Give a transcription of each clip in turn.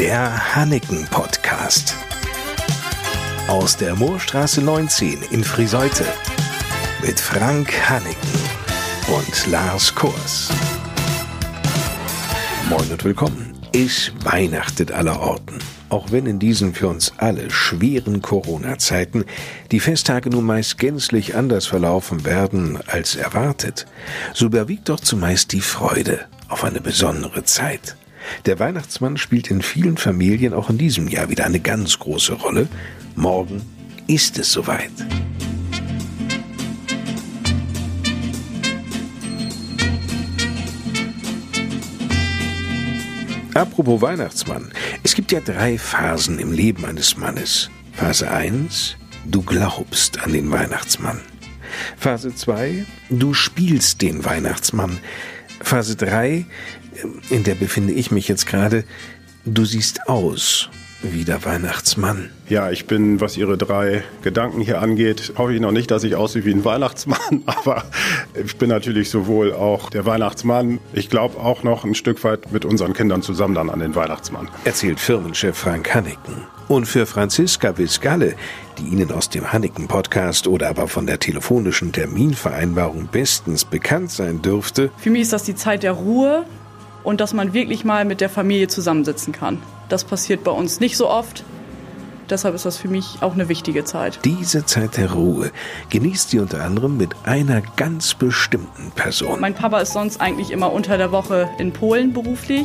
Der Hanneken-Podcast. Aus der Moorstraße 19 in Friseute. Mit Frank Hanneken und Lars Kors. Moin und willkommen. Es weihnachtet allerorten. Auch wenn in diesen für uns alle schweren Corona-Zeiten die Festtage nun meist gänzlich anders verlaufen werden als erwartet, so überwiegt doch zumeist die Freude auf eine besondere Zeit. Der Weihnachtsmann spielt in vielen Familien auch in diesem Jahr wieder eine ganz große Rolle. Morgen ist es soweit. Apropos Weihnachtsmann, es gibt ja 3 Phasen im Leben eines Mannes. Phase 1, du glaubst an den Weihnachtsmann. Phase 2, du spielst den Weihnachtsmann. Phase 3, in der befinde ich mich jetzt gerade, du siehst aus wie der Weihnachtsmann. Ja, ich bin, was Ihre 3 Gedanken hier angeht, hoffe ich noch nicht, dass ich aussehe wie ein Weihnachtsmann, aber ich bin natürlich sowohl auch der Weihnachtsmann, ich glaube auch noch ein Stück weit mit unseren Kindern zusammen dann an den Weihnachtsmann. Erzählt Firmenchef Frank Hanneken. Und für Franziska Viscalle, die Ihnen aus dem Hanneken-Podcast oder aber von der telefonischen Terminvereinbarung bestens bekannt sein dürfte. Für mich ist das die Zeit der Ruhe und dass man wirklich mal mit der Familie zusammensitzen kann. Das passiert bei uns nicht so oft. Deshalb ist das für mich auch eine wichtige Zeit. Diese Zeit der Ruhe genießt sie unter anderem mit einer ganz bestimmten Person. Mein Papa ist sonst eigentlich immer unter der Woche in Polen beruflich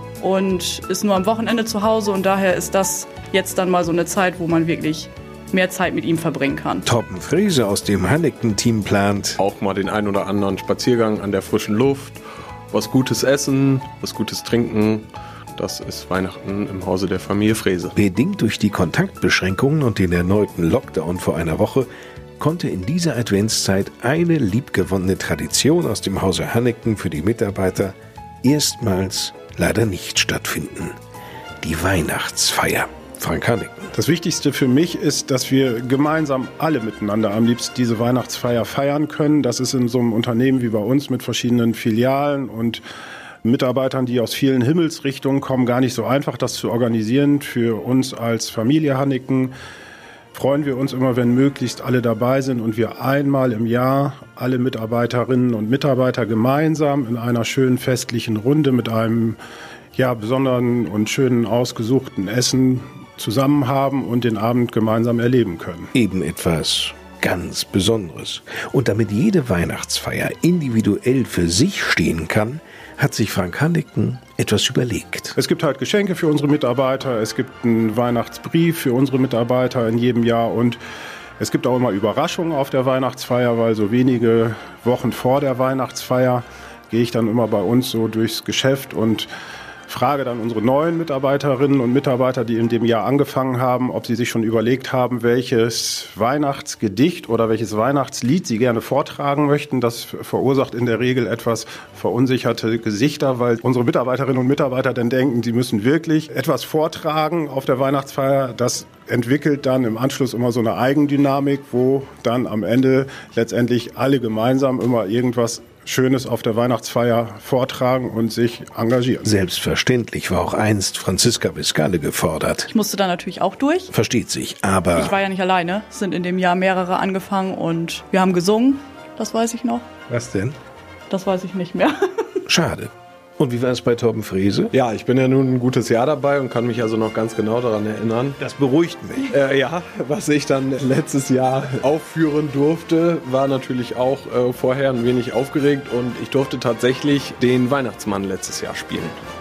und ist nur am Wochenende zu Hause. Und daher ist das jetzt dann mal so eine Zeit, wo man wirklich mehr Zeit mit ihm verbringen kann. Torben Frese aus dem Hanneken-Team plant auch mal den ein oder anderen Spaziergang an der frischen Luft, was Gutes essen, was Gutes trinken. Das ist Weihnachten im Hause der Familie Frese. Bedingt durch die Kontaktbeschränkungen und den erneuten Lockdown vor einer Woche konnte in dieser Adventszeit eine liebgewonnene Tradition aus dem Hause Hanneken für die Mitarbeiter erstmals leider nicht stattfinden. Die Weihnachtsfeier. Frank Hanneken. Das Wichtigste für mich ist, dass wir gemeinsam alle miteinander am liebsten diese Weihnachtsfeier feiern können. Das ist in so einem Unternehmen wie bei uns mit verschiedenen Filialen und Mitarbeitern, die aus vielen Himmelsrichtungen kommen, gar nicht so einfach, das zu organisieren. Für uns als Familie Hanneken freuen wir uns immer, wenn möglichst alle dabei sind und wir einmal im Jahr alle Mitarbeiterinnen und Mitarbeiter gemeinsam in einer schönen festlichen Runde mit einem besonderen und schönen ausgesuchten Essen zusammen haben und den Abend gemeinsam erleben können. Eben etwas ganz Besonderes. Und damit jede Weihnachtsfeier individuell für sich stehen kann, hat sich Frank Hanneken etwas überlegt. Es gibt halt Geschenke für unsere Mitarbeiter, es gibt einen Weihnachtsbrief für unsere Mitarbeiter in jedem Jahr und es gibt auch immer Überraschungen auf der Weihnachtsfeier, weil so wenige Wochen vor der Weihnachtsfeier gehe ich dann immer bei uns so durchs Geschäft und frage dann unsere neuen Mitarbeiterinnen und Mitarbeiter, die in dem Jahr angefangen haben, ob sie sich schon überlegt haben, welches Weihnachtsgedicht oder welches Weihnachtslied sie gerne vortragen möchten. Das verursacht in der Regel etwas verunsicherte Gesichter, weil unsere Mitarbeiterinnen und Mitarbeiter dann denken, sie müssen wirklich etwas vortragen auf der Weihnachtsfeier. Das entwickelt dann im Anschluss immer so eine Eigendynamik, wo dann am Ende letztendlich alle gemeinsam immer irgendwas Schönes auf der Weihnachtsfeier vortragen und sich engagieren. Selbstverständlich war auch einst Franziska Viscalle gefordert. Ich musste da natürlich auch durch. Versteht sich, aber Ich war ja nicht alleine. Es sind in dem Jahr mehrere angefangen und wir haben gesungen. Das weiß ich noch. Was denn? Das weiß ich nicht mehr. Schade. Und wie war es bei Torben Frese? Ja, ich bin ja nun ein gutes Jahr dabei und kann mich also noch ganz genau daran erinnern. Das beruhigt mich. Was ich dann letztes Jahr aufführen durfte, war natürlich auch vorher ein wenig aufgeregt und ich durfte tatsächlich den Weihnachtsmann letztes Jahr spielen.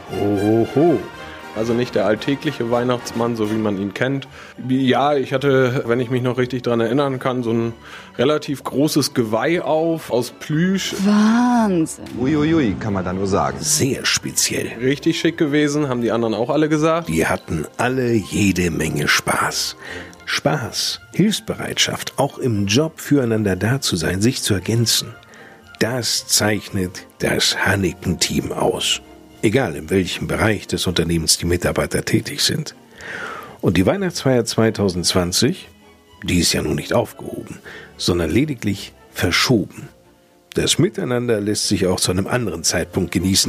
Oho. Also nicht der alltägliche Weihnachtsmann, so wie man ihn kennt. Ja, ich hatte, wenn ich mich noch richtig dran erinnern kann, so ein relativ großes Geweih aus Plüsch. Wahnsinn. Uiuiui, kann man da nur sagen. Sehr speziell. Richtig schick gewesen, haben die anderen auch alle gesagt. Die hatten alle jede Menge Spaß. Spaß, Hilfsbereitschaft, auch im Job füreinander da zu sein, sich zu ergänzen. Das zeichnet das Hanneken-Team aus. Egal in welchem Bereich des Unternehmens die Mitarbeiter tätig sind. Und die Weihnachtsfeier 2020, die ist ja nun nicht aufgehoben, sondern lediglich verschoben. Das Miteinander lässt sich auch zu einem anderen Zeitpunkt genießen,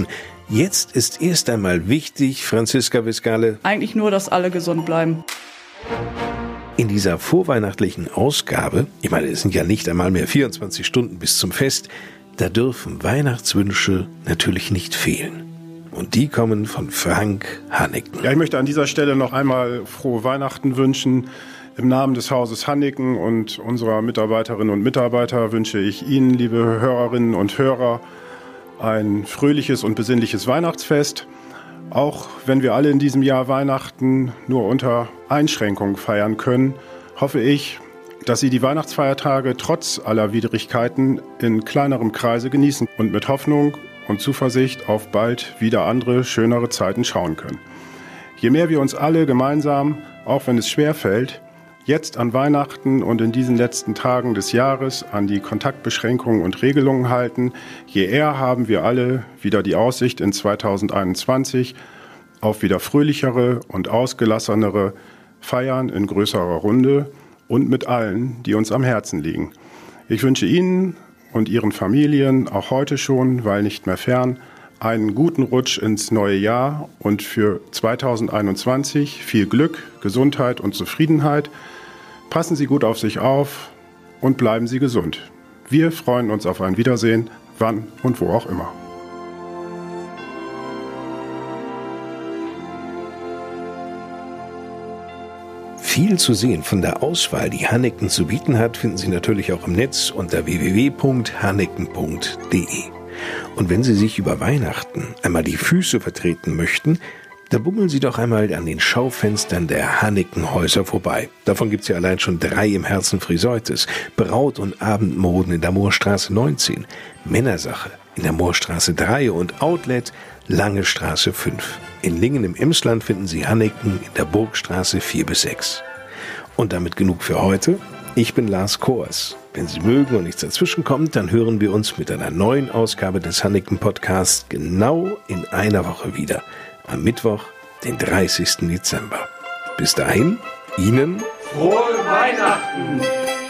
Jetzt ist erst einmal wichtig, Franziska Wiskale, Eigentlich nur, dass alle gesund bleiben. in dieser vorweihnachtlichen Ausgabe, ich meine, es sind ja nicht einmal mehr 24 Stunden bis zum Fest, da dürfen Weihnachtswünsche natürlich nicht fehlen. Und die kommen von Frank Hanneken. Ja, ich möchte an dieser Stelle noch einmal frohe Weihnachten wünschen. Im Namen des Hauses Hanneken und unserer Mitarbeiterinnen und Mitarbeiter wünsche ich Ihnen, liebe Hörerinnen und Hörer, ein fröhliches und besinnliches Weihnachtsfest. Auch wenn wir alle in diesem Jahr Weihnachten nur unter Einschränkungen feiern können, hoffe ich, dass Sie die Weihnachtsfeiertage trotz aller Widrigkeiten in kleinerem Kreise genießen und mit Hoffnung und Zuversicht auf bald wieder andere, schönere Zeiten schauen können. Je mehr wir uns alle gemeinsam, auch wenn es schwer fällt, jetzt an Weihnachten und in diesen letzten Tagen des Jahres an die Kontaktbeschränkungen und Regelungen halten, je eher haben wir alle wieder die Aussicht in 2021 auf wieder fröhlichere und ausgelassenere Feiern in größerer Runde und mit allen, die uns am Herzen liegen. Ich wünsche Ihnen und Ihren Familien auch heute schon, weil nicht mehr fern, einen guten Rutsch ins neue Jahr und für 2021 viel Glück, Gesundheit und Zufriedenheit. Passen Sie gut auf sich auf und bleiben Sie gesund. Wir freuen uns auf ein Wiedersehen, wann und wo auch immer. Viel zu sehen von der Auswahl, die Hanneken zu bieten hat, finden Sie natürlich auch im Netz unter www.hanneken.de. Und wenn Sie sich über Weihnachten einmal die Füße vertreten möchten, da bummeln Sie doch einmal an den Schaufenstern der Hanneken-Häuser vorbei. Davon gibt's ja allein schon 3 im Herzen Friseutes, Braut- und Abendmoden in der Moorstraße 19, Männersache in der Moorstraße 3 und Outlet Lange Straße 5. In Lingen im Emsland finden Sie Hanneken in der Burgstraße 4-6. Und damit genug für heute. Ich bin Lars Kors. Wenn Sie mögen und nichts dazwischen kommt, dann hören wir uns mit einer neuen Ausgabe des Hanneken-Podcasts genau in einer Woche wieder. Am Mittwoch, den 30. Dezember. Bis dahin, Ihnen frohe Weihnachten!